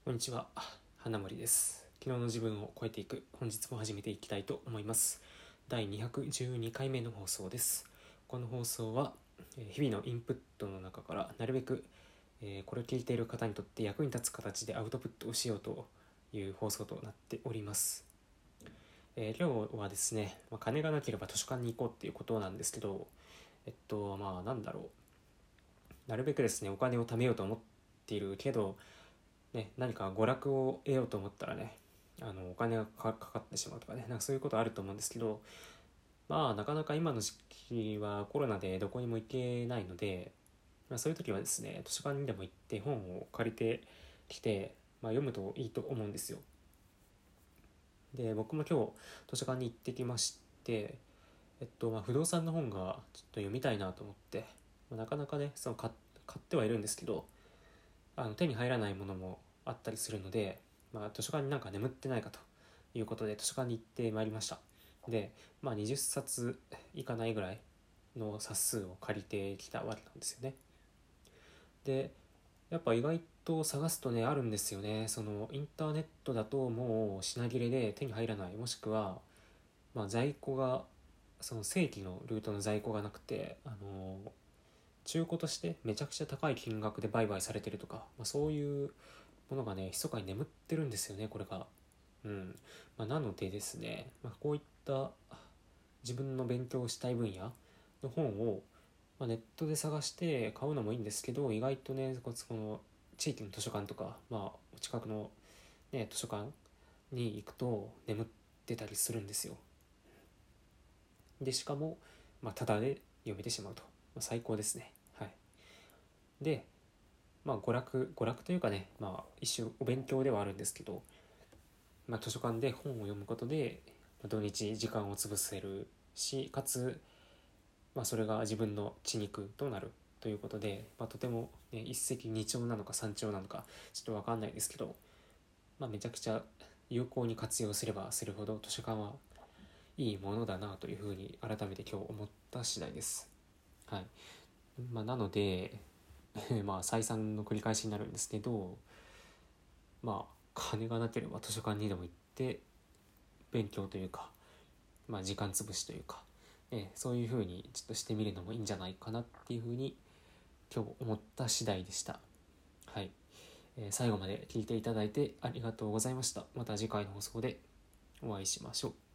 こんにちは、花森です。昨日の自分を超えていく、本日も始めていきたいと思います。第212回目の放送です。この放送は、日々のインプットの中からなるべく、これを聞いている方にとって役に立つ形でアウトプットをしようという放送となっております。今日はですね、金がなければ図書館に行こうっていうことなんですけど、なるべくですね、お金を貯めようと思っているけど、何か娯楽を得ようと思ったらね、お金がかかってしまうとかね、そういうことあると思うんですけど、なかなか今の時期はコロナでどこにも行けないので、そういう時はですね、図書館にでも行って本を借りてきて、読むといいと思うんですよ。で、僕も今日図書館に行ってきまして、不動産の本がちょっと読みたいなと思って、なかなかね、買ってはいるんですけど、手に入らないものもあったりするので、図書館になんか眠ってないかということで図書館に行ってまいりました。で、20冊いかないぐらいの冊数を借りてきたわけなんですよね。で、やっぱ意外と探すとね、あるんですよね。そのインターネットだともう品切れで手に入らない、もしくは、在庫が、その正規のルートの在庫がなくて、中古としてめちゃくちゃ高い金額で売買されてるとか、そういうものがね密かに眠ってるんですよね、これが。なのでですね、こういった自分の勉強したい分野の本を、ネットで探して買うのもいいんですけど、意外とねこの地域の図書館とか、お近くの、図書館に行くと眠ってたりするんですよ。でしかも、タダで読めてしまうと、最高ですね。はい。で、娯楽というかね、一種お勉強ではあるんですけど、図書館で本を読むことで、土日時間を潰せるし、かつ、それが自分の血肉となるということで、とても、一石二鳥なのか三鳥なのかちょっと分かんないですけど、めちゃくちゃ有効に活用すればするほど図書館はいいものだなというふうに改めて今日思った次第です。はい。なので再三の繰り返しになるんですけど、金がなければ図書館にでも行って勉強というか、時間潰しというか、そういう風にちょっとしてみるのもいいんじゃないかなっていう風に今日思った次第でした。はい、最後まで聞いていただいてありがとうございました。また次回の放送でお会いしましょう。